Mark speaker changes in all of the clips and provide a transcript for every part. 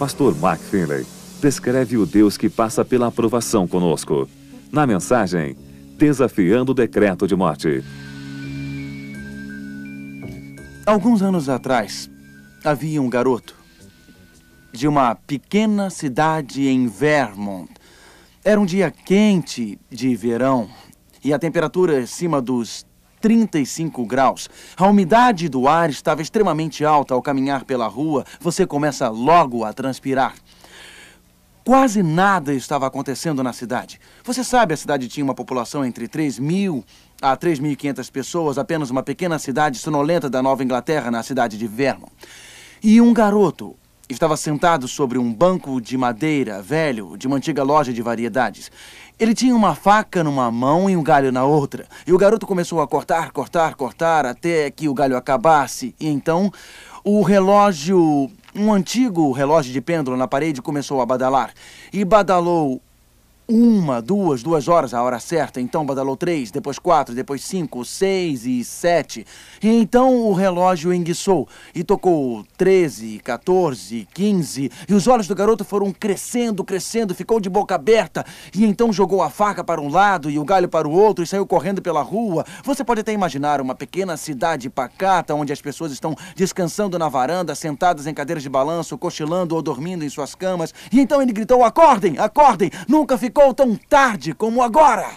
Speaker 1: Pastor Mark Finley descreve o Deus que passa pela aprovação conosco. Na mensagem, Desafiando o Decreto de Morte.
Speaker 2: Alguns anos atrás, havia um garoto de uma pequena cidade em Vermont. Era um dia quente de verão e a temperatura acima dos 35 graus. A umidade do ar estava extremamente alta. Ao caminhar pela rua, você começa logo a transpirar. Quase nada estava acontecendo na cidade. Você sabe, a cidade tinha uma população entre 3.000 a 3.500 pessoas, apenas uma pequena cidade sonolenta da Nova Inglaterra, na cidade de Vermont. E um garoto estava sentado sobre um banco de madeira velho de uma antiga loja de variedades. Ele tinha uma faca numa mão e um galho na outra. E o garoto começou a cortar até que o galho acabasse. E então o relógio, um antigo relógio de pêndulo na parede, começou a badalar. E badalou 1, 2 horas, a hora certa. Então badalou 3, depois 4, depois 5, 6 e 7. E então o relógio enguiçou e tocou 13, 14, 15. E os olhos do garoto foram crescendo, ficou de boca aberta. E então jogou a faca para um lado e o galho para o outro e saiu correndo pela rua. Você pode até imaginar uma pequena cidade pacata onde as pessoas estão descansando na varanda, sentadas em cadeiras de balanço, cochilando ou dormindo em suas camas. E então ele gritou: acordem, acordem! Nunca ficou tão tarde como agora!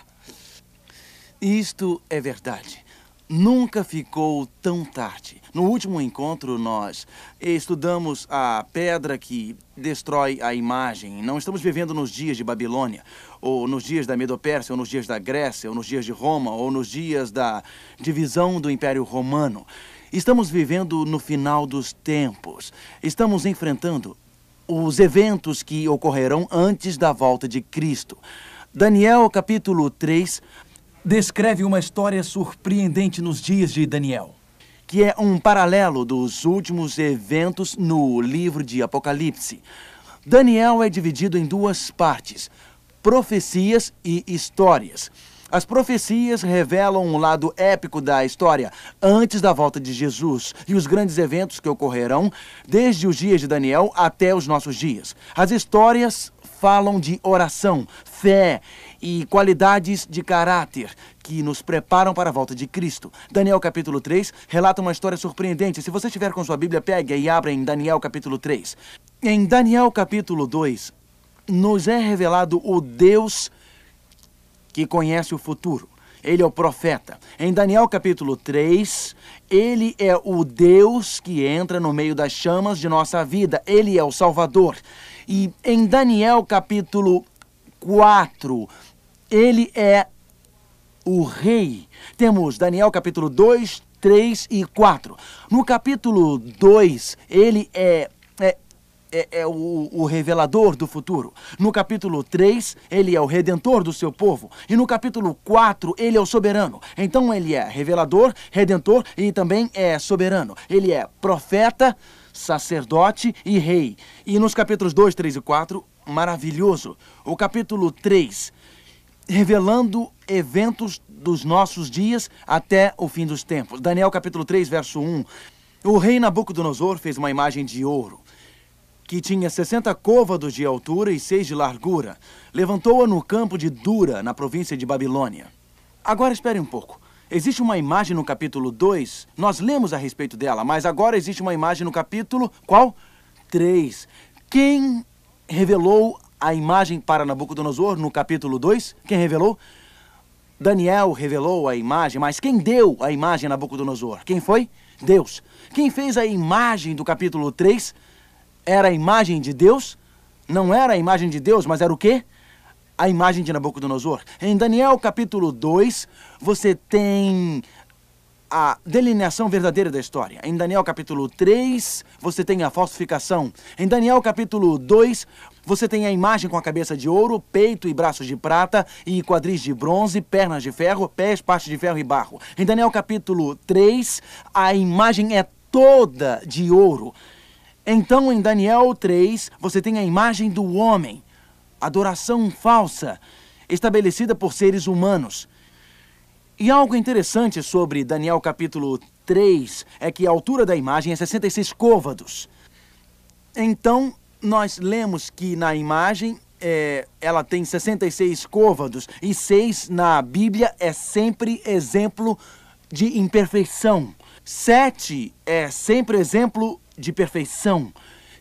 Speaker 2: Isto é verdade. Nunca ficou tão tarde. No último encontro, nós estudamos a pedra que destrói a imagem. Não estamos vivendo nos dias de Babilônia, ou nos dias da Medo-Pérsia, ou nos dias da Grécia, ou nos dias de Roma, ou nos dias da divisão do Império Romano. Estamos vivendo no final dos tempos. Estamos enfrentando os eventos que ocorrerão antes da volta de Cristo. Daniel, capítulo 3, descreve uma história surpreendente nos dias de Daniel, que é um paralelo dos últimos eventos no livro de Apocalipse. Daniel é dividido em 2 partes: profecias e histórias. As profecias revelam um lado épico da história antes da volta de Jesus e os grandes eventos que ocorrerão desde os dias de Daniel até os nossos dias. As histórias falam de oração, fé e qualidades de caráter que nos preparam para a volta de Cristo. Daniel capítulo 3 relata uma história surpreendente. Se você estiver com sua Bíblia, pegue e abra em Daniel capítulo 3. Em Daniel capítulo 2, nos é revelado o Deus que conhece o futuro. Ele é o profeta. Em Daniel capítulo 3, ele é o Deus que entra no meio das chamas de nossa vida. Ele é o Salvador. E em Daniel capítulo 4, ele é o rei. Temos Daniel capítulo 2, 3 e 4. No capítulo 2, ele é o revelador do futuro. No capítulo 3, ele é o redentor do seu povo. E no capítulo 4, ele é o soberano. Então ele é revelador, redentor e também é soberano. Ele é profeta, sacerdote e rei. E nos capítulos 2, 3 e 4, maravilhoso. O capítulo 3, revelando eventos dos nossos dias até o fim dos tempos. Daniel capítulo 3, verso 1. O rei Nabucodonosor fez uma imagem de ouro que tinha 60 côvados de altura e 6 de largura. Levantou-a no campo de Dura, na província de Babilônia. Agora espere um pouco. Existe uma imagem no capítulo 2. Nós lemos a respeito dela, mas agora existe uma imagem no capítulo... qual? 3. Quem revelou a imagem para Nabucodonosor no capítulo 2? Quem revelou? Daniel revelou a imagem, mas quem deu a imagem a Nabucodonosor? Quem foi? Deus. Quem fez a imagem do capítulo 3? Era a imagem de Deus? Não era a imagem de Deus, mas era o quê? A imagem de Nabucodonosor. Em Daniel capítulo 2, você tem a delineação verdadeira da história. Em Daniel capítulo 3, você tem a falsificação. Em Daniel capítulo 2, você tem a imagem com a cabeça de ouro, peito e braços de prata, e quadris de bronze, pernas de ferro, pés, parte de ferro e barro. Em Daniel capítulo 3, a imagem é toda de ouro. Então, em Daniel 3, você tem a imagem do homem, adoração falsa, estabelecida por seres humanos. E algo interessante sobre Daniel capítulo 3 é que a altura da imagem é 66 côvados. Então, nós lemos que na imagem ela tem 66 côvados e 6 na Bíblia é sempre exemplo de imperfeição. 7 é sempre exemplo de perfeição.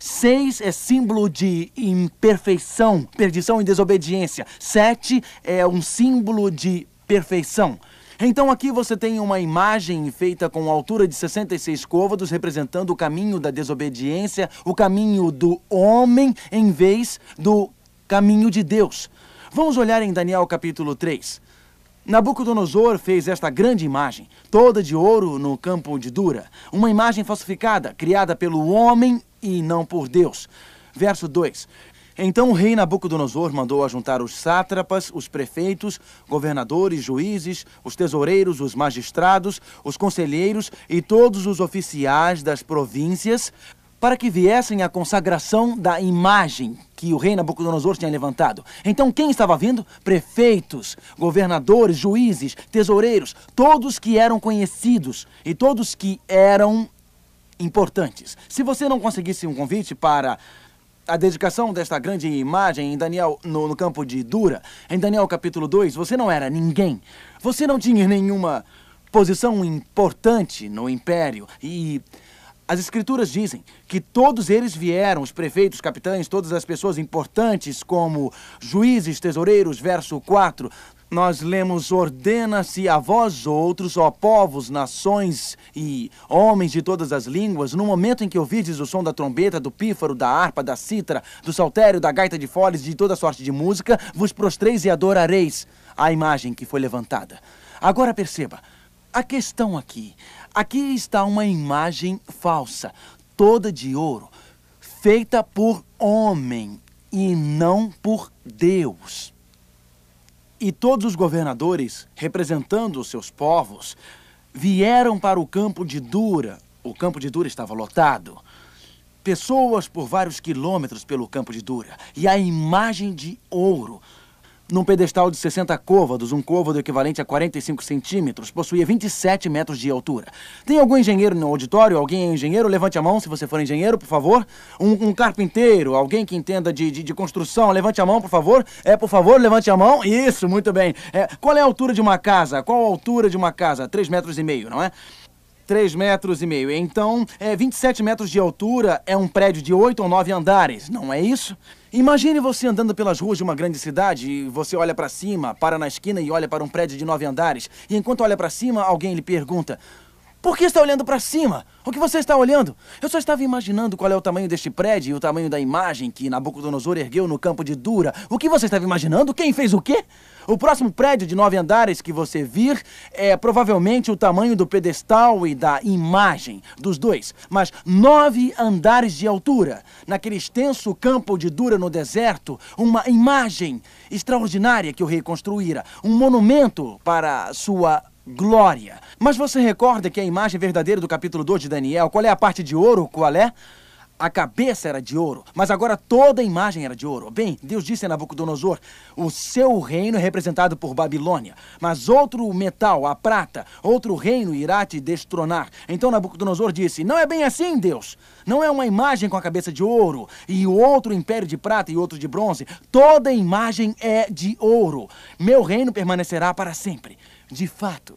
Speaker 2: 6 é símbolo de imperfeição, perdição e desobediência. 7 é um símbolo de perfeição. Então aqui você tem uma imagem feita com altura de 66 côvados, representando o caminho da desobediência, o caminho do homem em vez do caminho de Deus. Vamos olhar em Daniel capítulo 3. Nabucodonosor fez esta grande imagem, toda de ouro no campo de Dura. Uma imagem falsificada, criada pelo homem e não por Deus. Verso 2. Então o rei Nabucodonosor mandou ajuntar os sátrapas, os prefeitos, governadores, juízes, os tesoureiros, os magistrados, os conselheiros e todos os oficiais das províncias, para que viessem à consagração da imagem que o rei Nabucodonosor tinha levantado. Então quem estava vindo? Prefeitos, governadores, juízes, tesoureiros, todos que eram conhecidos e todos que eram importantes. Se você não conseguisse um convite para a dedicação desta grande imagem em Daniel, no campo de Dura, em Daniel capítulo 2, você não era ninguém. Você não tinha nenhuma posição importante no império e as escrituras dizem que todos eles vieram, os prefeitos, capitães, todas as pessoas importantes como juízes, tesoureiros, verso 4. Nós lemos, ordena-se a vós outros, ó povos, nações e homens de todas as línguas, no momento em que ouvides o som da trombeta, do pífaro, da harpa, da cítara, do saltério, da gaita de foles, de toda sorte de música, vos prostreis e adorareis a imagem que foi levantada. Agora perceba, a questão aqui está uma imagem falsa, toda de ouro, feita por homem e não por Deus. E todos os governadores, representando os seus povos, vieram para o campo de Dura. O campo de Dura estava lotado. Pessoas por vários quilômetros pelo campo de Dura. E a imagem de ouro, num pedestal de 60 côvados, um côvado equivalente a 45 centímetros, possuía 27 metros de altura. Tem algum engenheiro no auditório? Alguém é engenheiro? Levante a mão se você for engenheiro, por favor. Um carpinteiro, alguém que entenda de construção, levante a mão, por favor. Por favor, levante a mão. Isso, muito bem. Qual é a altura de uma casa? Qual a altura de uma casa? 3,5 metros, não é? 3,5 metros. Então, 27 metros de altura é um prédio de 8 ou 9 andares, não é isso? Imagine você andando pelas ruas de uma grande cidade e você olha para cima, para na esquina e olha para um prédio de 9 andares. E enquanto olha para cima, alguém lhe pergunta: por que está olhando para cima? O que você está olhando? Eu só estava imaginando qual é o tamanho deste prédio e o tamanho da imagem que Nabucodonosor ergueu no campo de Dura. O que você estava imaginando? Quem fez o quê? O próximo prédio de 9 andares que você vir é provavelmente o tamanho do pedestal e da imagem dos dois. Mas 9 andares de altura, naquele extenso campo de Dura no deserto, uma imagem extraordinária que o rei construíra. Um monumento para sua glória. Mas você recorda que a imagem verdadeira do capítulo 2 de Daniel, qual é a parte de ouro? Qual é? A cabeça era de ouro, mas agora toda a imagem era de ouro. Bem, Deus disse a Nabucodonosor: o seu reino é representado por Babilônia, mas outro metal, a prata, outro reino irá te destronar. Então Nabucodonosor disse: não é bem assim, Deus. Não é uma imagem com a cabeça de ouro e o outro império de prata e outro de bronze. Toda a imagem é de ouro. Meu reino permanecerá para sempre. De fato,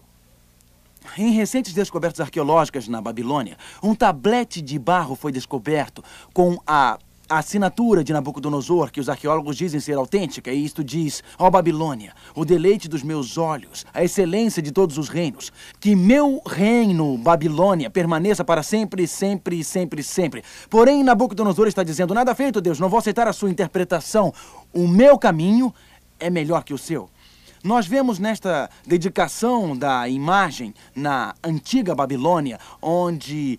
Speaker 2: em recentes descobertas arqueológicas na Babilônia, um tablete de barro foi descoberto com a assinatura de Nabucodonosor, que os arqueólogos dizem ser autêntica, e isto diz: ó Babilônia, o deleite dos meus olhos, a excelência de todos os reinos, que meu reino, Babilônia, permaneça para sempre, sempre, sempre, sempre. Porém, Nabucodonosor está dizendo: nada feito, Deus, não vou aceitar a sua interpretação. O meu caminho é melhor que o seu. Nós vemos nesta dedicação da imagem na antiga Babilônia, onde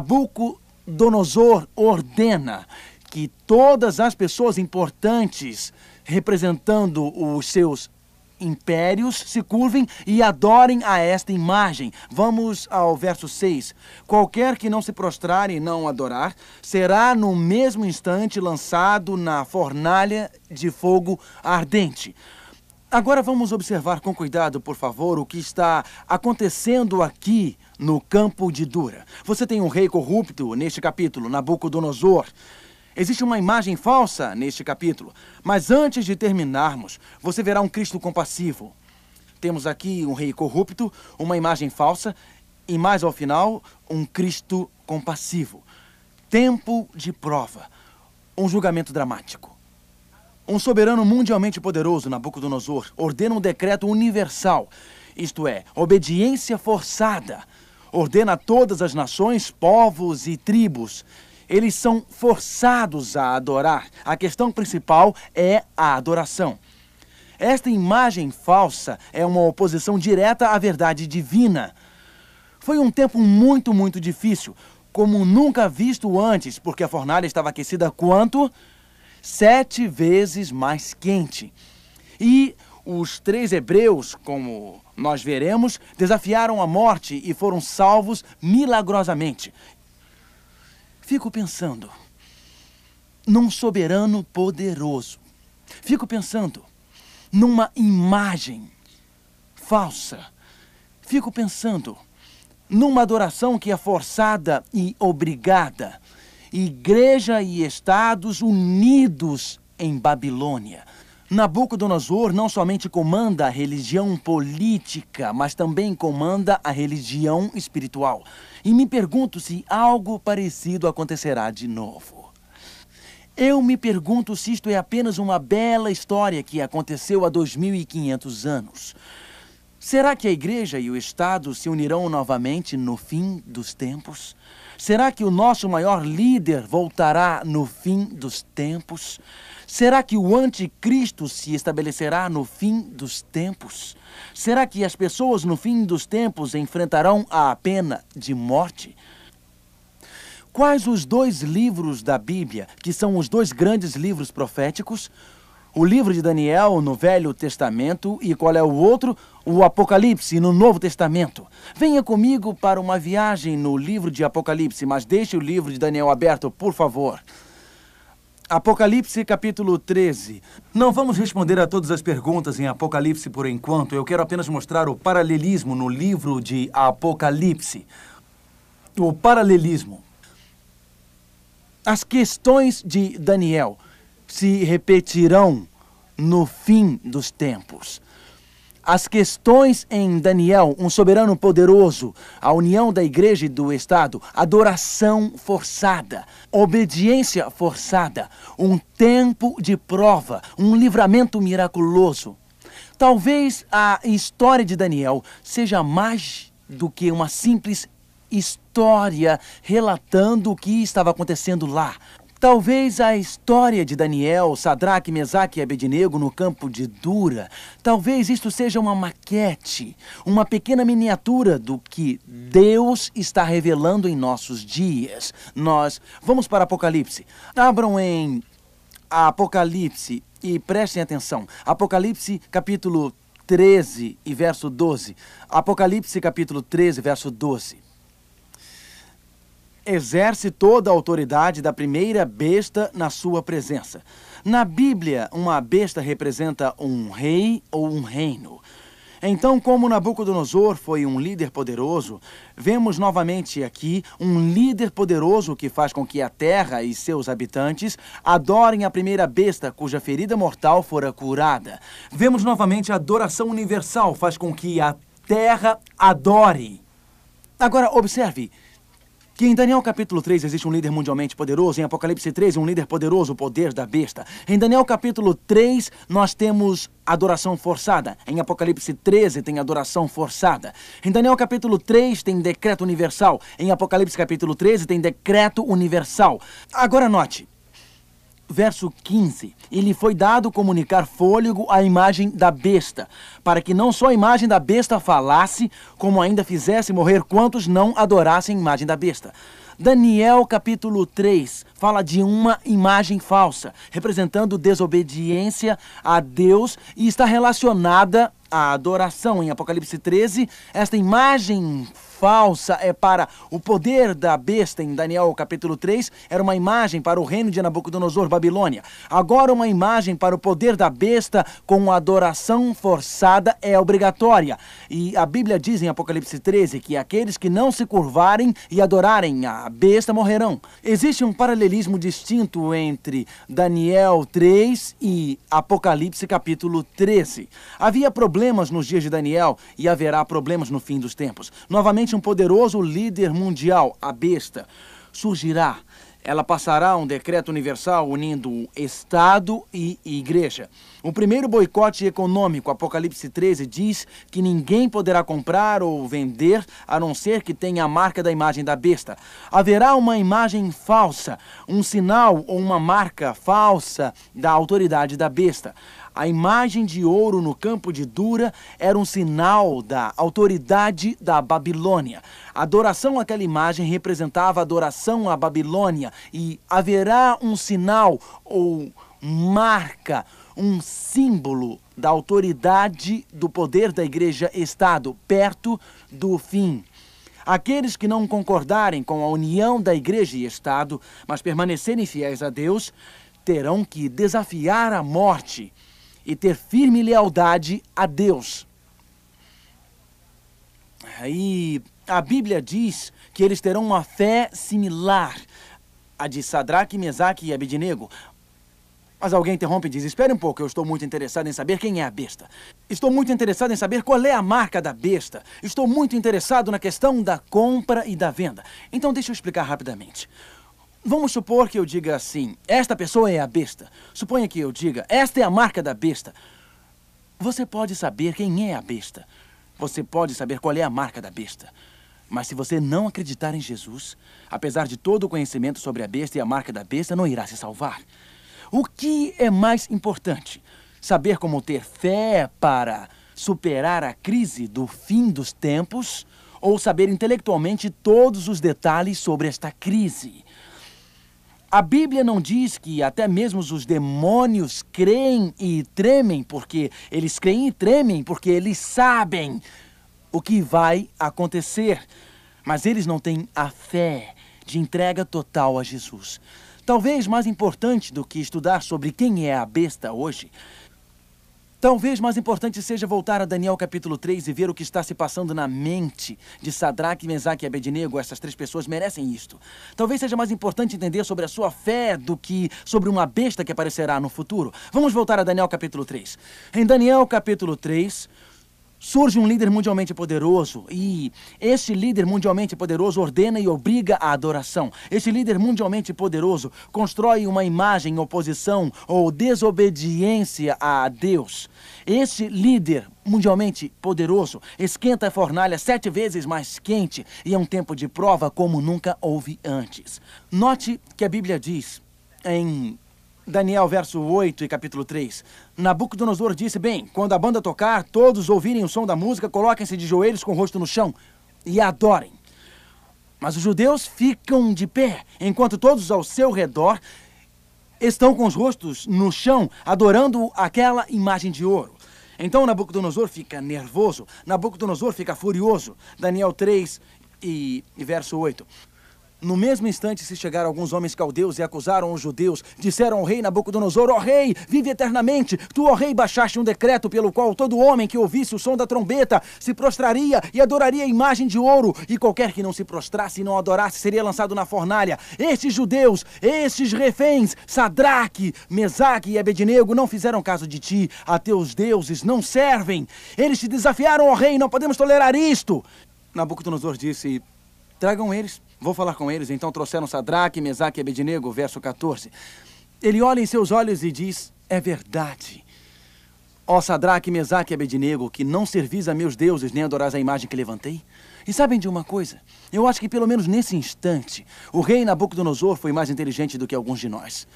Speaker 2: Nabucodonosor ordena que todas as pessoas importantes, representando os seus impérios, se curvem e adorem a esta imagem. Vamos ao verso 6. Qualquer que não se prostrar e não adorar, será no mesmo instante lançado na fornalha de fogo ardente. Agora vamos observar com cuidado, por favor, o que está acontecendo aqui no campo de Dura. Você tem um rei corrupto neste capítulo, Nabucodonosor. Existe uma imagem falsa neste capítulo, mas antes de terminarmos, você verá um Cristo compassivo. Temos aqui um rei corrupto, uma imagem falsa e mais ao final, um Cristo compassivo. Tempo de prova, um julgamento dramático. Um soberano mundialmente poderoso, Nabucodonosor, ordena um decreto universal, isto é, obediência forçada. Ordena a todas as nações, povos e tribos. Eles são forçados a adorar. A questão principal é a adoração. Esta imagem falsa é uma oposição direta à verdade divina. Foi um tempo muito, muito difícil, como nunca visto antes, porque a fornalha estava aquecida quanto? 7 vezes mais quente. E os 3 hebreus, como nós veremos, desafiaram a morte e foram salvos milagrosamente. Fico pensando num soberano poderoso. Fico pensando numa imagem falsa. Fico pensando numa adoração que é forçada e obrigada. Igreja e estados unidos em Babilônia. Nabucodonosor não somente comanda a religião política, mas também comanda a religião espiritual. E me pergunto se algo parecido acontecerá de novo. Eu me pergunto se isto é apenas uma bela história que aconteceu há 2.500 anos. Será que a igreja e o Estado se unirão novamente no fim dos tempos? Será que o nosso maior líder voltará no fim dos tempos? Será que o anticristo se estabelecerá no fim dos tempos? Será que as pessoas no fim dos tempos enfrentarão a pena de morte? Quais os 2 livros da Bíblia, que são os 2 grandes livros proféticos? O livro de Daniel no Velho Testamento e qual é o outro? O Apocalipse no Novo Testamento. Venha comigo para uma viagem no livro de Apocalipse, mas deixe o livro de Daniel aberto, por favor. Apocalipse capítulo 13. Não vamos responder a todas as perguntas em Apocalipse por enquanto. Eu quero apenas mostrar o paralelismo no livro de Apocalipse. O paralelismo. As questões de Daniel se repetirão no fim dos tempos. As questões em Daniel, um soberano poderoso, a união da igreja e do Estado, adoração forçada, obediência forçada, um tempo de prova, um livramento miraculoso. Talvez a história de Daniel seja mais do que uma simples história relatando o que estava acontecendo lá. Talvez a história de Daniel, Sadraque, Mesaque e Abednego no campo de Dura, talvez isto seja uma maquete, uma pequena miniatura do que Deus está revelando em nossos dias. Nós vamos para Apocalipse. Abram em Apocalipse e prestem atenção. Apocalipse capítulo 13 e verso 12. Apocalipse capítulo 13, verso 12. Exerce toda a autoridade da primeira besta na sua presença. Na Bíblia, uma besta representa um rei ou um reino. Então, como Nabucodonosor foi um líder poderoso, vemos novamente aqui um líder poderoso que faz com que a terra e seus habitantes adorem a primeira besta cuja ferida mortal fora curada. Vemos novamente a adoração universal faz com que a terra adore. Agora, observe que em Daniel capítulo 3 existe um líder mundialmente poderoso, em Apocalipse 13 um líder poderoso, o poder da besta. Em Daniel capítulo 3 nós temos adoração forçada. Em Apocalipse 13 tem adoração forçada. Em Daniel capítulo 3 tem decreto universal. Em Apocalipse capítulo 13 tem decreto universal. Agora note. Verso 15, e lhe foi dado comunicar fôlego à imagem da besta, para que não só a imagem da besta falasse, como ainda fizesse morrer quantos não adorassem a imagem da besta. Daniel capítulo 3 fala de uma imagem falsa, representando desobediência a Deus e está relacionada à adoração. Em Apocalipse 13, esta imagem falsa é para o poder da besta em Daniel capítulo 3, era uma imagem para o reino de Nabucodonosor, Babilônia. Agora uma imagem para o poder da besta com adoração forçada é obrigatória. E a Bíblia diz em Apocalipse 13 que aqueles que não se curvarem e adorarem a besta morrerão. Existe um paralelismo distinto entre Daniel 3 e Apocalipse capítulo 13. Havia problemas nos dias de Daniel e haverá problemas no fim dos tempos. Novamente um poderoso líder mundial, a besta, surgirá. Ela passará um decreto universal unindo Estado e Igreja. O primeiro boicote econômico, Apocalipse 13, diz que ninguém poderá comprar ou vender a não ser que tenha a marca da imagem da besta. Haverá uma imagem falsa, um sinal ou uma marca falsa da autoridade da besta. A imagem de ouro no campo de Dura era um sinal da autoridade da Babilônia. A adoração àquela imagem representava a adoração à Babilônia e haverá um sinal ou marca, um símbolo da autoridade do poder da Igreja-Estado perto do fim. Aqueles que não concordarem com a união da Igreja e Estado, mas permanecerem fiéis a Deus, terão que desafiar a morte e ter firme lealdade a Deus. E a Bíblia diz que eles terão uma fé similar à de Sadraque, Mesaque e Abednego. Mas alguém interrompe e diz: espere um pouco, eu estou muito interessado em saber quem é a besta. Estou muito interessado em saber qual é a marca da besta. Estou muito interessado na questão da compra e da venda. Então deixa eu explicar rapidamente. Vamos supor que eu diga assim: esta pessoa é a besta. Suponha que eu diga: esta é a marca da besta. Você pode saber quem é a besta. Você pode saber qual é a marca da besta. Mas se você não acreditar em Jesus, apesar de todo o conhecimento sobre a besta e a marca da besta, não irá se salvar. O que é mais importante? Saber como ter fé para superar a crise do fim dos tempos ou saber intelectualmente todos os detalhes sobre esta crise? A Bíblia não diz que até mesmo os demônios creem e tremem porque eles creem e tremem porque eles sabem o que vai acontecer. Mas eles não têm a fé de entrega total a Jesus. Talvez mais importante do que estudar sobre quem é a besta hoje, talvez mais importante seja voltar a Daniel capítulo 3 e ver o que está se passando na mente de Sadraque, Mesaque e Abednego. Essas três pessoas merecem isto. Talvez seja mais importante entender sobre a sua fé do que sobre uma besta que aparecerá no futuro. Vamos voltar a Daniel capítulo 3. Em Daniel capítulo 3... surge um líder mundialmente poderoso e este líder mundialmente poderoso ordena e obriga a adoração. Este líder mundialmente poderoso constrói uma imagem em oposição ou desobediência a Deus. Este líder mundialmente poderoso esquenta a fornalha 7 vezes mais quente e é um tempo de prova como nunca houve antes. Note que a Bíblia diz em Daniel, verso 8 e capítulo 3. Nabucodonosor disse: bem, quando a banda tocar, todos ouvirem o som da música, coloquem-se de joelhos com o rosto no chão e adorem. Mas os judeus ficam de pé, enquanto todos ao seu redor estão com os rostos no chão, adorando aquela imagem de ouro. Então Nabucodonosor fica nervoso, Nabucodonosor fica furioso. Daniel 3 e verso 8. No mesmo instante se chegaram alguns homens caldeus e acusaram os judeus. Disseram ao rei Nabucodonosor: ó rei, vive eternamente. Tu, ó rei, baixaste um decreto pelo qual todo homem que ouvisse o som da trombeta se prostraria e adoraria a imagem de ouro. E qualquer que não se prostrasse e não adorasse seria lançado na fornalha. Estes judeus, estes reféns, Sadraque, Mesaque e Abednego, não fizeram caso de ti. A teus deuses não servem. Eles te desafiaram, ó rei, não podemos tolerar isto. Nabucodonosor disse: tragam eles. Vou falar com eles. Então trouxeram Sadraque, Mesaque e Abednego, verso 14. Ele olha em seus olhos e diz: é verdade, ó Sadraque, Mesaque e Abednego, que não servis a meus deuses nem adorais a imagem que levantei? E sabem de uma coisa? Eu acho que pelo menos nesse instante, o rei Nabucodonosor foi mais inteligente do que alguns de nós.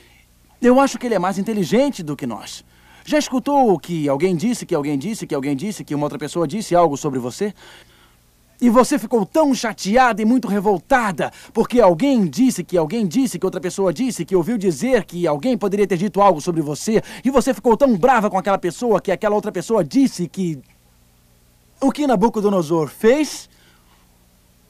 Speaker 2: Eu acho que ele é mais inteligente do que nós. Já escutou que alguém disse, que alguém disse, que alguém disse, que uma outra pessoa disse algo sobre você? E você ficou tão chateada e muito revoltada porque alguém disse, que outra pessoa disse, que ouviu dizer que alguém poderia ter dito algo sobre você. E você ficou tão brava com aquela pessoa que aquela outra pessoa disse que... O que Nabucodonosor fez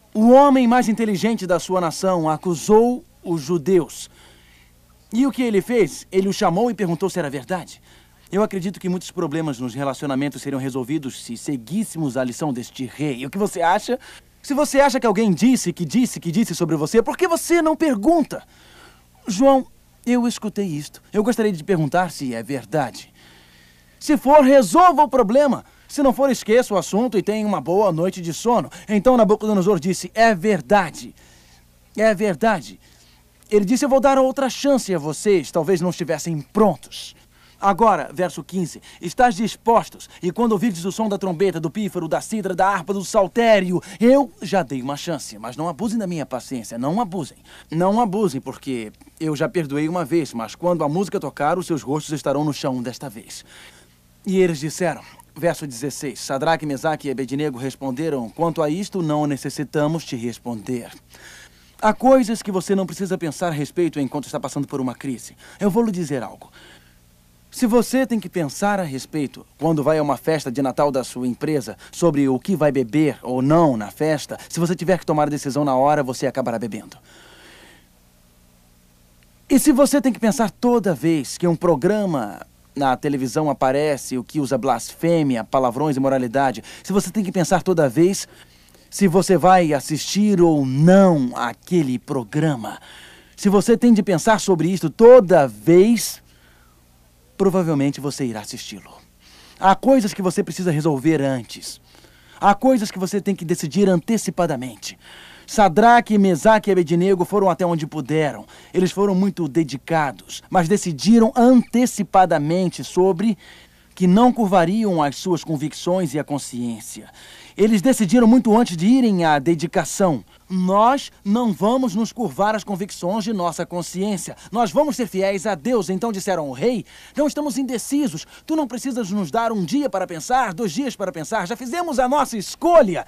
Speaker 2: O homem mais inteligente da sua nação acusou os judeus. E o que ele fez? Ele o chamou e perguntou se era verdade. Eu acredito que muitos problemas nos relacionamentos seriam resolvidos se seguíssemos a lição deste rei. O que você acha? Se você acha que alguém disse sobre você, por que você não pergunta? João, eu escutei isto. Eu gostaria de perguntar se é verdade. Se for, resolva o problema. Se não for, esqueça o assunto e tenha uma boa noite de sono. Então Nabucodonosor disse, é verdade. É verdade. Ele disse, eu vou dar outra chance a vocês. Talvez não estivessem prontos. Agora, verso 15, estás dispostos, e quando ouvirdes o som da trombeta, do pífaro, da cítara, da harpa, do saltério, eu já dei uma chance, mas não abusem da minha paciência, não abusem. Não abusem, porque eu já perdoei uma vez, mas quando a música tocar, os seus rostos estarão no chão desta vez. E eles disseram, verso 16, Sadraque, Mesaque e Abednego responderam, quanto a isto não necessitamos te responder. Há coisas que você não precisa pensar a respeito enquanto está passando por uma crise. Eu vou lhe dizer algo. Se você tem que pensar a respeito, quando vai a uma festa de Natal da sua empresa, sobre o que vai beber ou não na festa, se você tiver que tomar a decisão na hora, você acabará bebendo. E se você tem que pensar toda vez que um programa na televisão aparece, o que usa blasfêmia, palavrões e imoralidade, se você tem que pensar toda vez se você vai assistir ou não aquele programa, se você tem de pensar sobre isso toda vez, provavelmente você irá assisti-lo. Há coisas que você precisa resolver antes. Há coisas que você tem que decidir antecipadamente. Sadraque, Mesaque e Abednego foram até onde puderam. Eles foram muito dedicados, mas decidiram antecipadamente sobre que não curvariam as suas convicções e a consciência. Eles decidiram muito antes de irem à dedicação. Nós não vamos nos curvar às convicções de nossa consciência. Nós vamos ser fiéis a Deus. Então disseram ao rei, não estamos indecisos. Tu não precisas nos dar um dia para pensar, 2 dias para pensar. Já fizemos a nossa escolha.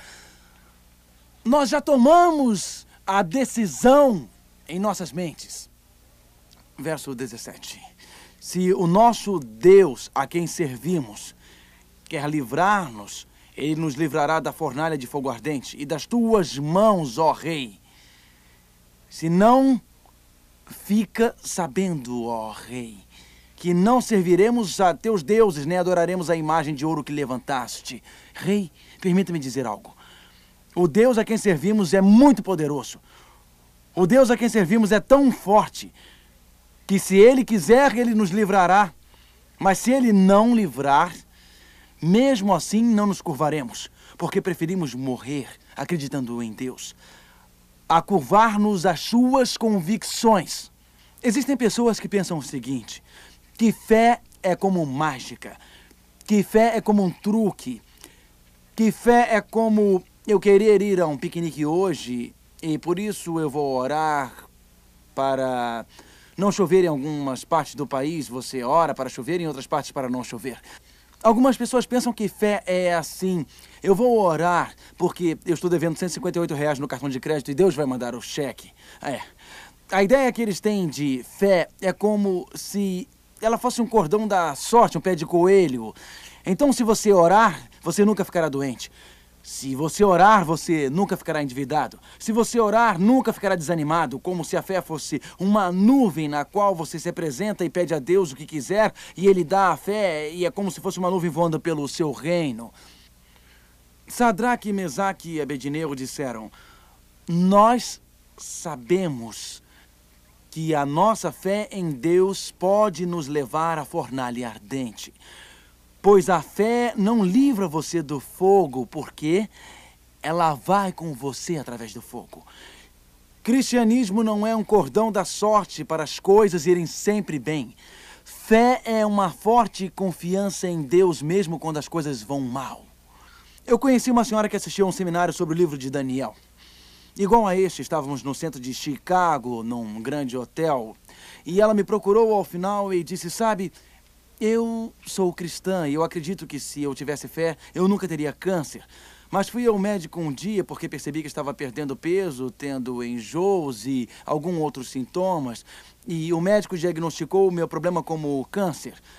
Speaker 2: Nós já tomamos a decisão em nossas mentes. Verso 17. Se o nosso Deus, a quem servimos, quer livrar-nos, Ele nos livrará da fornalha de fogo ardente e das tuas mãos, ó rei. Se não, fica sabendo, ó rei, que não serviremos a teus deuses, nem adoraremos a imagem de ouro que levantaste. Rei, permita-me dizer algo. O Deus a quem servimos é muito poderoso. O Deus a quem servimos é tão forte que se Ele quiser, Ele nos livrará. Mas se Ele não livrar, mesmo assim não nos curvaremos, porque preferimos morrer acreditando em Deus, a curvar-nos às suas convicções. Existem pessoas que pensam o seguinte, que fé é como mágica, que fé é como um truque, que fé é como eu querer ir a um piquenique hoje e por isso eu vou orar para não chover em algumas partes do país, você ora para chover em outras partes para não chover. Algumas pessoas pensam que fé é assim, eu vou orar porque eu estou devendo R$ 158 no cartão de crédito e Deus vai mandar o cheque. A ideia que eles têm de fé é como se ela fosse um cordão da sorte, um pé de coelho. Então, se você orar, você nunca ficará doente. Se você orar, você nunca ficará endividado. Se você orar, nunca ficará desanimado, como se a fé fosse uma nuvem na qual você se apresenta e pede a Deus o que quiser, e Ele dá a fé, e é como se fosse uma nuvem voando pelo seu reino. Sadraque, Mesaque e Abednego disseram, nós sabemos que a nossa fé em Deus pode nos levar à fornalha ardente. Pois a fé não livra você do fogo, porque ela vai com você através do fogo. Cristianismo não é um cordão da sorte para as coisas irem sempre bem. Fé é uma forte confiança em Deus mesmo quando as coisas vão mal. Eu conheci uma senhora que assistiu a um seminário sobre o livro de Daniel. Igual a este, estávamos no centro de Chicago, num grande hotel. E ela me procurou ao final e disse, sabe, eu sou cristã e eu acredito que se eu tivesse fé, eu nunca teria câncer. Mas fui ao médico um dia porque percebi que estava perdendo peso, tendo enjoos e alguns outros sintomas. E o médico diagnosticou o meu problema como câncer.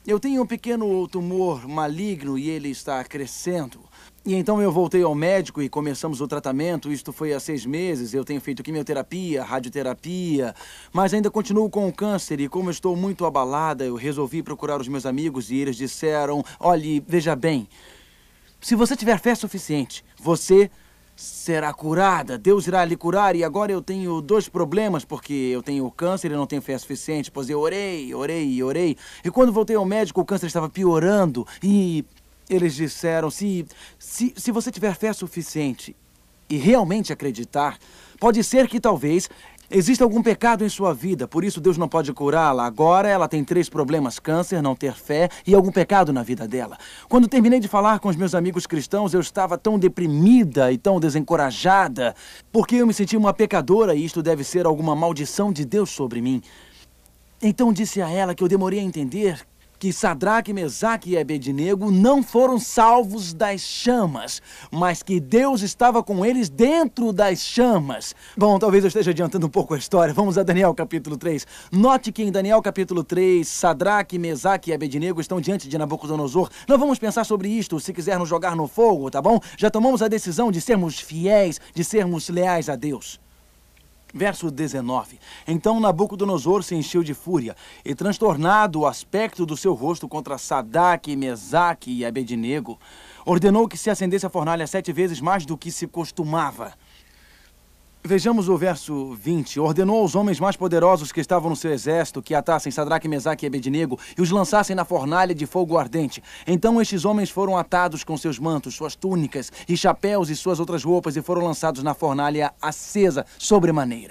Speaker 2: Eu tenho um pequeno tumor maligno e ele está crescendo. E então eu voltei ao médico e começamos o tratamento. Isto foi há 6 meses. Eu tenho feito quimioterapia, radioterapia, mas ainda continuo com o câncer. E como eu estou muito abalada, eu resolvi procurar os meus amigos e eles disseram: olhe, veja bem, se você tiver fé suficiente, você será curada. Deus irá lhe curar. E agora eu tenho 2 problemas, porque eu tenho câncer e não tenho fé suficiente. Pois eu orei. E quando voltei ao médico, o câncer estava piorando. E eles disseram, se você tiver fé suficiente e realmente acreditar, pode ser que talvez exista algum pecado em sua vida, por isso Deus não pode curá-la. Agora ela tem 3 problemas: câncer, não ter fé e algum pecado na vida dela. Quando terminei de falar com os meus amigos cristãos, eu estava tão deprimida e tão desencorajada, porque eu me sentia uma pecadora e isto deve ser alguma maldição de Deus sobre mim. Então disse a ela que eu demorei a entender que Sadraque, Mesaque e Abednego não foram salvos das chamas, mas que Deus estava com eles dentro das chamas. Bom, talvez eu esteja adiantando um pouco a história. Vamos a Daniel capítulo 3. Note que em Daniel capítulo 3, Sadraque, Mesaque e Abednego estão diante de Nabucodonosor. Não vamos pensar sobre isto se quiser nos jogar no fogo, tá bom? Já tomamos a decisão de sermos fiéis, de sermos leais a Deus. Verso 19. Então Nabucodonosor se encheu de fúria, e transtornado o aspecto do seu rosto contra Sadraque, Mesaque e Abednego, ordenou que se acendesse a fornalha 7 vezes mais do que se costumava. Vejamos o verso 20. Ordenou aos homens mais poderosos que estavam no seu exército que atassem Sadraque, Mesaque e Abednego e os lançassem na fornalha de fogo ardente. Então estes homens foram atados com seus mantos, suas túnicas e chapéus e suas outras roupas e foram lançados na fornalha acesa sobremaneira.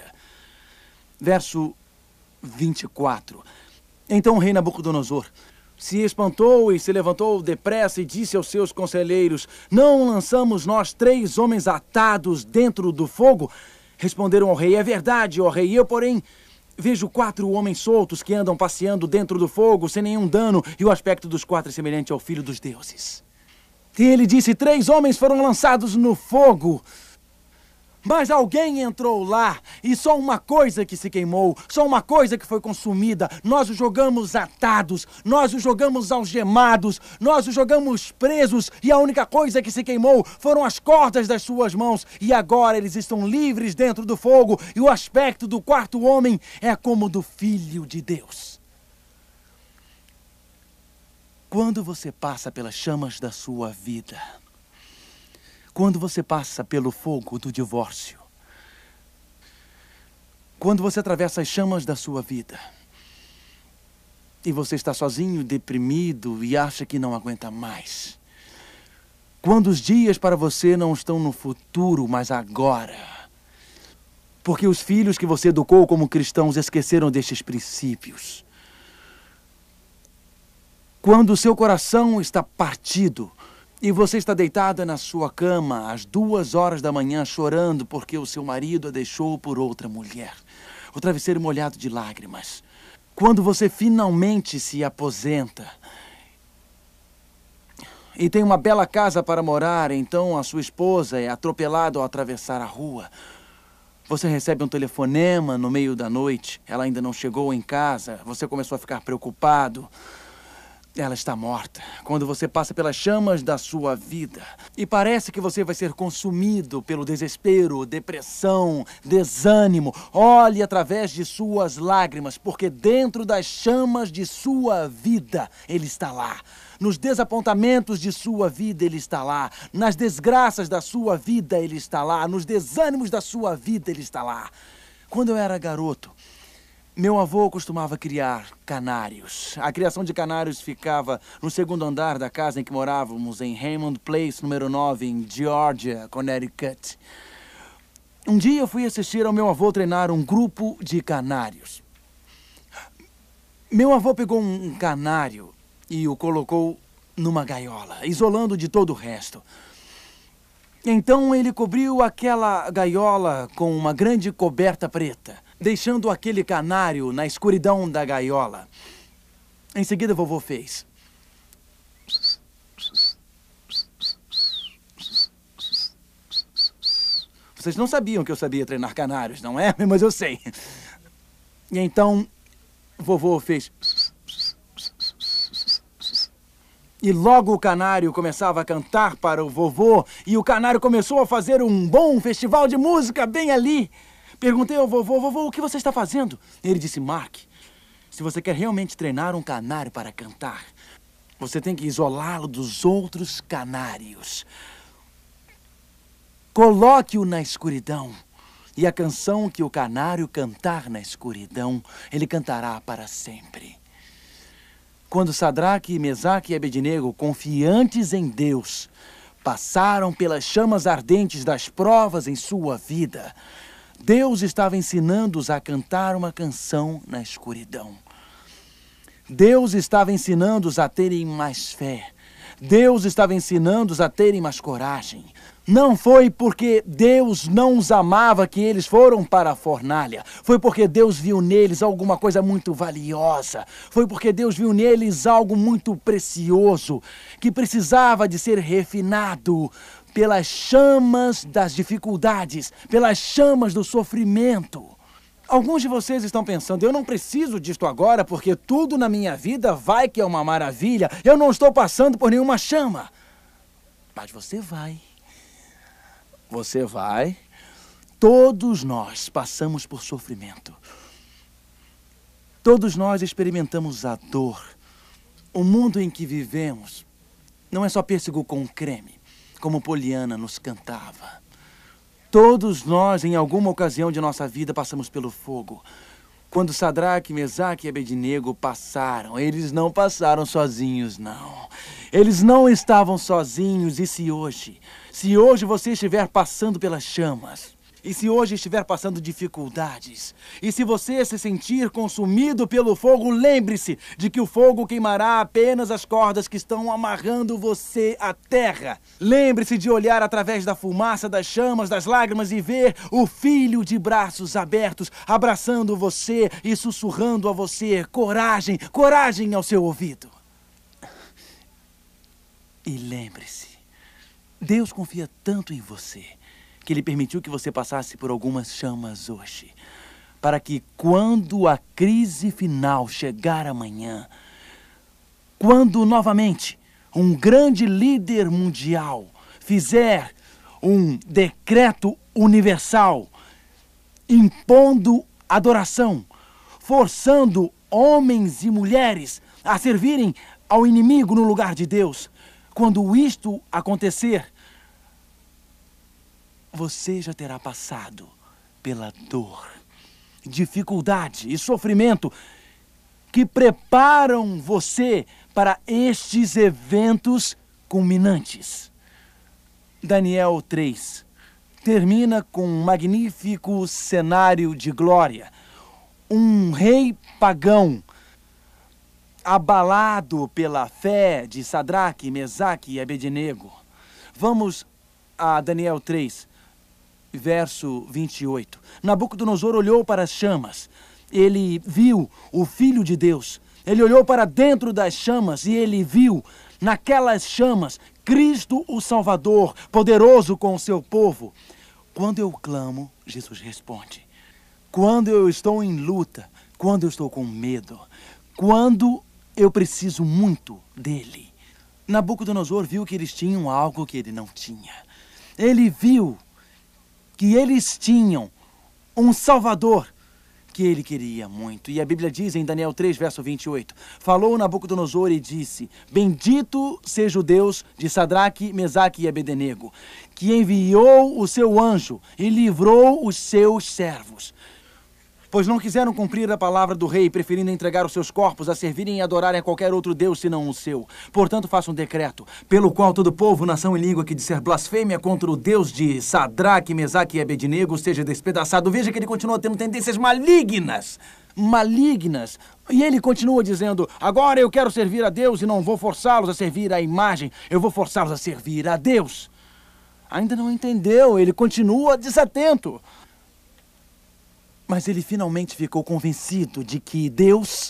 Speaker 2: Verso 24. Então o rei Nabucodonosor se espantou e se levantou depressa e disse aos seus conselheiros: não lançamos nós 3 homens atados dentro do fogo? Responderam ao rei: é verdade, ó rei. Eu, porém, vejo 4 homens soltos que andam passeando dentro do fogo sem nenhum dano, e o aspecto dos 4 é semelhante ao filho dos deuses. E ele disse: 3 homens foram lançados no fogo. Mas alguém entrou lá e só uma coisa que se queimou, só uma coisa que foi consumida. Nós os jogamos atados, nós os jogamos algemados, nós os jogamos presos e a única coisa que se queimou foram as cordas das suas mãos. E agora eles estão livres dentro do fogo e o aspecto do 4º homem é como do Filho de Deus. Quando você passa pelas chamas da sua vida, quando você passa pelo fogo do divórcio, quando você atravessa as chamas da sua vida e você está sozinho, deprimido e acha que não aguenta mais, quando os dias para você não estão no futuro, mas agora, porque os filhos que você educou como cristãos esqueceram destes princípios, quando o seu coração está partido, e você está deitada na sua cama às 2 horas da manhã chorando porque o seu marido a deixou por outra mulher. O travesseiro molhado de lágrimas. Quando você finalmente se aposenta e tem uma bela casa para morar, então a sua esposa é atropelada ao atravessar a rua. Você recebe um telefonema no meio da noite. Ela ainda não chegou em casa. Você começou a ficar preocupado. Ela está morta. Quando você passa pelas chamas da sua vida e parece que você vai ser consumido pelo desespero, depressão, desânimo, olhe através de suas lágrimas, porque dentro das chamas de sua vida, Ele está lá. Nos desapontamentos de sua vida, Ele está lá. Nas desgraças da sua vida, Ele está lá. Nos desânimos da sua vida, Ele está lá. Quando eu era garoto, meu avô costumava criar canários. A criação de canários ficava no 2º andar da casa em que morávamos, em Hammond Place, número 9, em Georgia, Connecticut. Um dia eu fui assistir ao meu avô treinar um grupo de canários. Meu avô pegou um canário e o colocou numa gaiola, isolando de todo o resto. Então ele cobriu aquela gaiola com uma grande coberta preta, deixando aquele canário na escuridão da gaiola. Em seguida, vovô fez. Vocês não sabiam que eu sabia treinar canários, não é? Mas eu sei. E então, vovô fez. E logo o canário começava a cantar para o vovô, e o canário começou a fazer um bom festival de música bem ali. Perguntei ao vovô: vovô, o que você está fazendo? Ele disse: Mark, se você quer realmente treinar um canário para cantar, você tem que isolá-lo dos outros canários. Coloque-o na escuridão. E a canção que o canário cantar na escuridão, ele cantará para sempre. Quando Sadraque, Mesaque e Abednego, confiantes em Deus, passaram pelas chamas ardentes das provas em sua vida, Deus estava ensinando-os a cantar uma canção na escuridão. Deus estava ensinando-os a terem mais fé. Deus estava ensinando-os a terem mais coragem. Não foi porque Deus não os amava que eles foram para a fornalha. Foi porque Deus viu neles alguma coisa muito valiosa. Foi porque Deus viu neles algo muito precioso, que precisava de ser refinado pelas chamas das dificuldades, pelas chamas do sofrimento. Alguns de vocês estão pensando: eu não preciso disto agora porque tudo na minha vida vai que é uma maravilha. Eu não estou passando por nenhuma chama. Mas você vai. Você vai. Todos nós passamos por sofrimento. Todos nós experimentamos a dor. O mundo em que vivemos não é só pêssego com creme, como Poliana nos cantava. Todos nós, em alguma ocasião de nossa vida, passamos pelo fogo. Quando Sadraque, Mesaque e Abednego passaram, eles não passaram sozinhos, não. Eles não estavam sozinhos. E se hoje você estiver passando pelas chamas, e se hoje estiver passando dificuldades, e se você se sentir consumido pelo fogo, lembre-se de que o fogo queimará apenas as cordas que estão amarrando você à terra. Lembre-se de olhar através da fumaça, das chamas, das lágrimas e ver o Filho de braços abertos, abraçando você e sussurrando a você: coragem, coragem ao seu ouvido. E lembre-se, Deus confia tanto em você que Ele permitiu que você passasse por algumas chamas hoje, para que quando a crise final chegar amanhã, quando novamente um grande líder mundial fizer um decreto universal impondo adoração, forçando homens e mulheres a servirem ao inimigo no lugar de Deus, quando isto acontecer, você já terá passado pela dor, dificuldade e sofrimento que preparam você para estes eventos culminantes. Daniel 3 termina com um magnífico cenário de glória. Um rei pagão, abalado pela fé de Sadraque, Mesaque e Abednego. Vamos a Daniel 3. Verso 28. Nabucodonosor olhou para as chamas. Ele viu o Filho de Deus. Ele olhou para dentro das chamas e ele viu naquelas chamas Cristo o Salvador, poderoso com o seu povo. Quando eu clamo, Jesus responde. Quando eu estou em luta, quando eu estou com medo, quando eu preciso muito dele. Nabucodonosor viu que eles tinham algo que ele não tinha. Ele viu que eles tinham um Salvador que ele queria muito. E a Bíblia diz em Daniel 3, verso 28, falou Nabucodonosor e disse: bendito seja o Deus de Sadraque, Mesaque e Abednego, que enviou o seu anjo e livrou os seus servos. Pois não quiseram cumprir a palavra do rei, preferindo entregar os seus corpos a servirem e adorarem a qualquer outro Deus senão o seu. Portanto, faça um decreto, pelo qual todo povo, nação e língua que disser blasfêmia contra o Deus de Sadraque, Mesaque e Abednego seja despedaçado. Veja que ele continua tendo tendências malignas. E ele continua dizendo: agora eu quero servir a Deus e não vou forçá-los a servir à imagem, eu vou forçá-los a servir a Deus. Ainda não entendeu, ele continua desatento. Mas ele finalmente ficou convencido de que Deus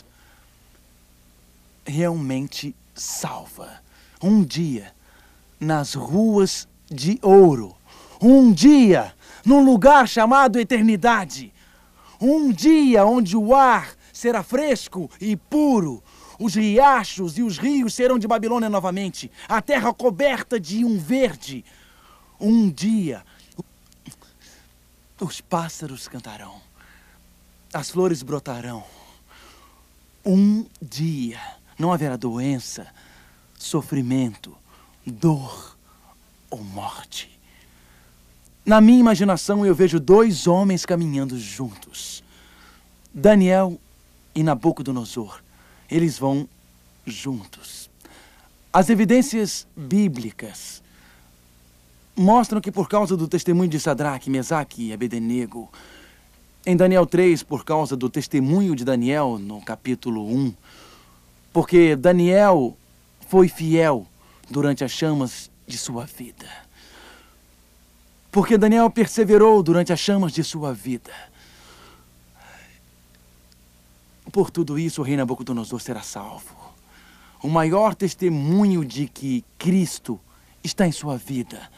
Speaker 2: realmente salva. Um dia, nas ruas de ouro. Um dia, num lugar chamado eternidade. Um dia onde o ar será fresco e puro. Os riachos e os rios serão de Babilônia novamente. A terra coberta de um verde. Um dia, os pássaros cantarão. As flores brotarão. Um dia, não haverá doença, sofrimento, dor ou morte. Na minha imaginação, eu vejo dois homens caminhando juntos. Daniel e Nabucodonosor. Eles vão juntos. As evidências bíblicas mostram que por causa do testemunho de Sadraque, Mesaque e Abednego, em Daniel 3, por causa do testemunho de Daniel no capítulo 1, porque Daniel foi fiel durante as chamas de sua vida. Porque Daniel perseverou durante as chamas de sua vida. Por tudo isso, o rei Nabucodonosor será salvo. O maior testemunho de que Cristo está em sua vida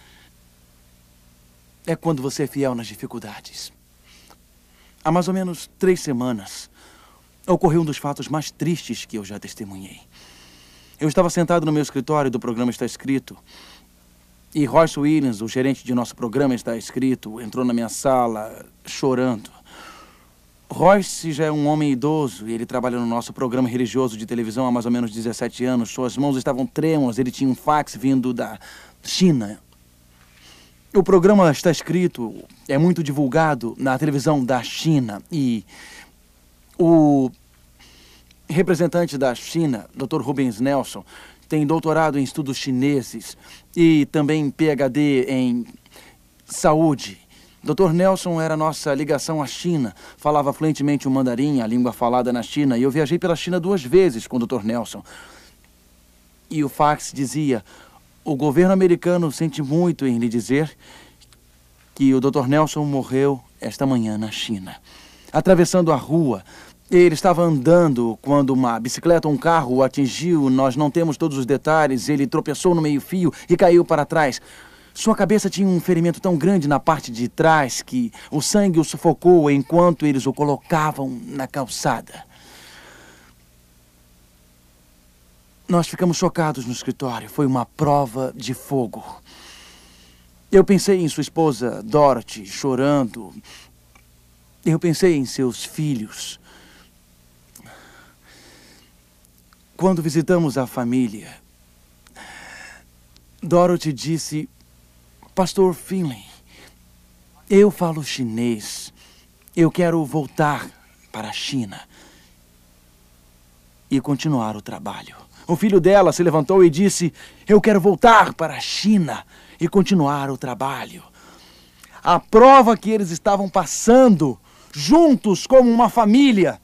Speaker 2: é quando você é fiel nas dificuldades. Há mais ou menos 3 semanas, ocorreu um dos fatos mais tristes que eu já testemunhei. Eu estava sentado no meu escritório do programa Está Escrito, e Royce Williams, o gerente de nosso programa Está Escrito, entrou na minha sala chorando. Royce já é um homem idoso e ele trabalha no nosso programa religioso de televisão há mais ou menos 17 anos. Suas mãos estavam trêmulas, ele tinha um fax vindo da China. O programa Está Escrito é muito divulgado na televisão da China e o representante da China, Dr. Rubens Nelson, tem doutorado em estudos chineses e também PhD em saúde. Dr. Nelson era nossa ligação à China, falava fluentemente o mandarim, a língua falada na China, e eu viajei pela China 2 vezes com o Dr. Nelson. E o fax dizia: o governo americano sente muito em lhe dizer que o Dr. Nelson morreu esta manhã na China. Atravessando a rua, ele estava andando quando uma bicicleta ou um carro o atingiu. Nós não temos todos os detalhes. Ele tropeçou no meio-fio e caiu para trás. Sua cabeça tinha um ferimento tão grande na parte de trás que o sangue o sufocou enquanto eles o colocavam na calçada. Nós ficamos chocados no escritório. Foi uma prova de fogo. Eu pensei em sua esposa, Dorothy, chorando. Eu pensei em seus filhos. Quando visitamos a família, Dorothy disse: Pastor Finley, eu falo chinês. Eu quero voltar para a China e continuar o trabalho. O filho dela se levantou e disse: eu quero voltar para a China e continuar o trabalho. A prova que eles estavam passando, juntos como uma família,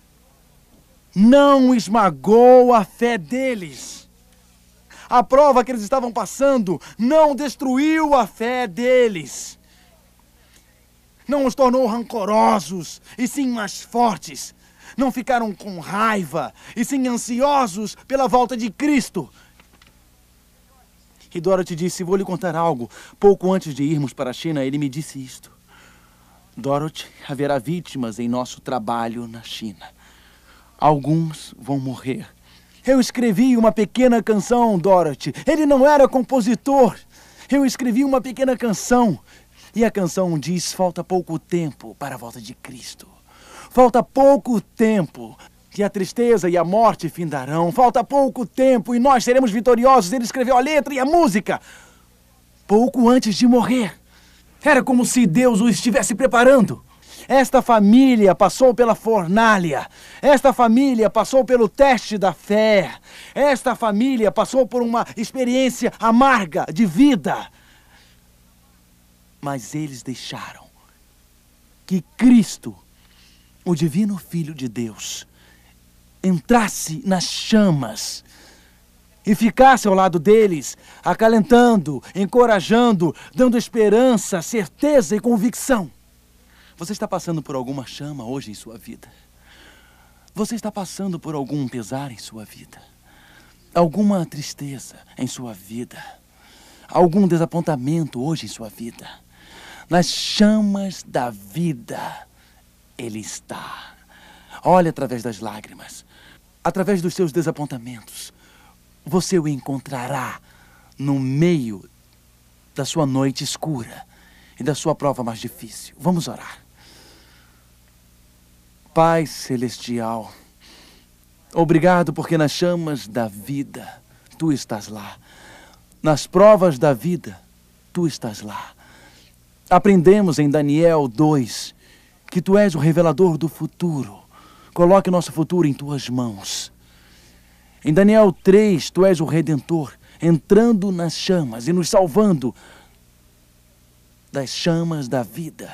Speaker 2: não esmagou a fé deles. A prova que eles estavam passando não destruiu a fé deles. Não os tornou rancorosos, e sim mais fortes. Não ficaram com raiva, e sim ansiosos pela volta de Cristo. E Dorothy disse: vou lhe contar algo. Pouco antes de irmos para a China, ele me disse isto: Dorothy, haverá vítimas em nosso trabalho na China. Alguns vão morrer. Eu escrevi uma pequena canção, Dorothy. Ele não era compositor. Eu escrevi uma pequena canção. E a canção diz: falta pouco tempo para a volta de Cristo. Falta pouco tempo e a tristeza e a morte findarão. Falta pouco tempo e nós seremos vitoriosos. Ele escreveu a letra e a música pouco antes de morrer. Era como se Deus o estivesse preparando. Esta família passou pela fornalha. Esta família passou pelo teste da fé. Esta família passou por uma experiência amarga de vida. Mas eles deixaram que Cristo, o divino Filho de Deus, entrasse nas chamas e ficasse ao lado deles, acalentando, encorajando, dando esperança, certeza e convicção. Você está passando por alguma chama hoje em sua vida? Você está passando por algum pesar em sua vida? Alguma tristeza em sua vida? Algum desapontamento hoje em sua vida? Nas chamas da vida, Ele está. Olhe através das lágrimas. através dos seus desapontamentos, você o encontrará no meio da sua noite escura e da sua prova mais difícil. Vamos orar. Pai Celestial, obrigado porque nas chamas da vida, Tu estás lá. Nas provas da vida, Tu estás lá. Aprendemos em Daniel 2 que Tu és o revelador do futuro. Coloque nosso futuro em Tuas mãos. Em Daniel 3, Tu és o Redentor, entrando nas chamas e nos salvando das chamas da vida.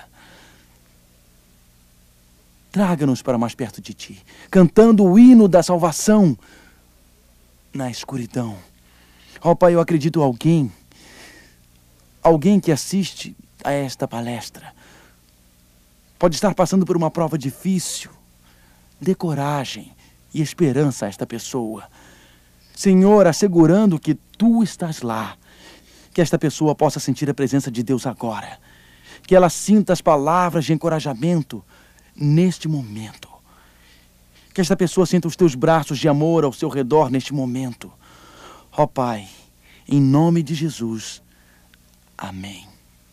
Speaker 2: Traga-nos para mais perto de Ti, cantando o hino da salvação na escuridão. Ó Pai, eu acredito alguém que assiste a esta palestra pode estar passando por uma prova difícil. Dê coragem e esperança a esta pessoa. Senhor, assegurando que Tu estás lá, que esta pessoa possa sentir a presença de Deus agora, que ela sinta as palavras de encorajamento neste momento, que esta pessoa sinta os Teus braços de amor ao seu redor neste momento. Ó Pai, em nome de Jesus, amém.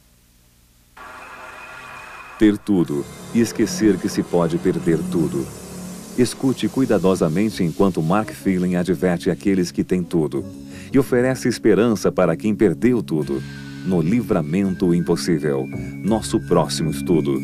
Speaker 1: Ter tudo e esquecer que se pode perder tudo. Escute cuidadosamente enquanto Mark Phelan adverte aqueles que têm tudo e oferece esperança para quem perdeu tudo. No Livramento Impossível, nosso próximo estudo.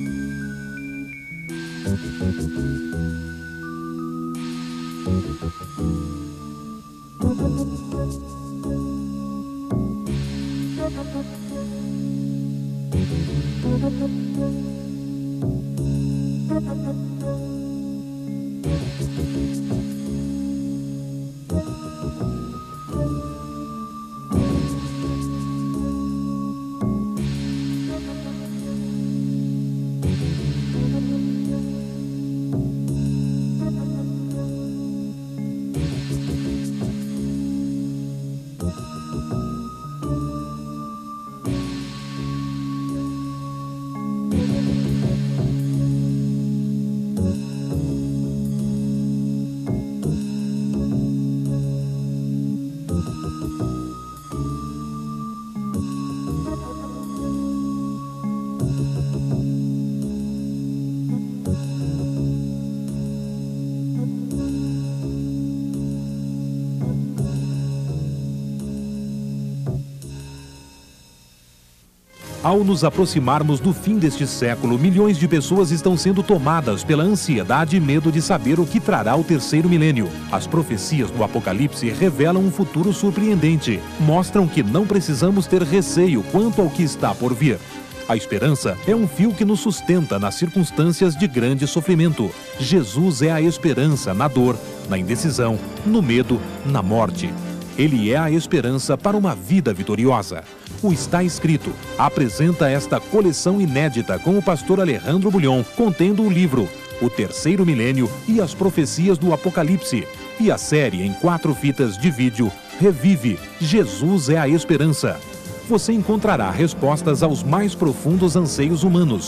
Speaker 3: Ao nos aproximarmos do fim deste século, milhões de pessoas estão sendo tomadas pela ansiedade e medo de saber o que trará o terceiro milênio. As profecias do Apocalipse revelam um futuro surpreendente. Mostram que não precisamos ter receio quanto ao que está por vir. A esperança é um fio que nos sustenta nas circunstâncias de grande sofrimento. Jesus é a esperança na dor, na indecisão, no medo, na morte. Ele é a esperança para uma vida vitoriosa. O Está Escrito apresenta esta coleção inédita com o pastor Alejandro Bulhon, contendo o livro O Terceiro Milênio e as Profecias do Apocalipse, e a série em 4 fitas de vídeo Revive, Jesus é a Esperança. Você encontrará respostas aos mais profundos anseios humanos,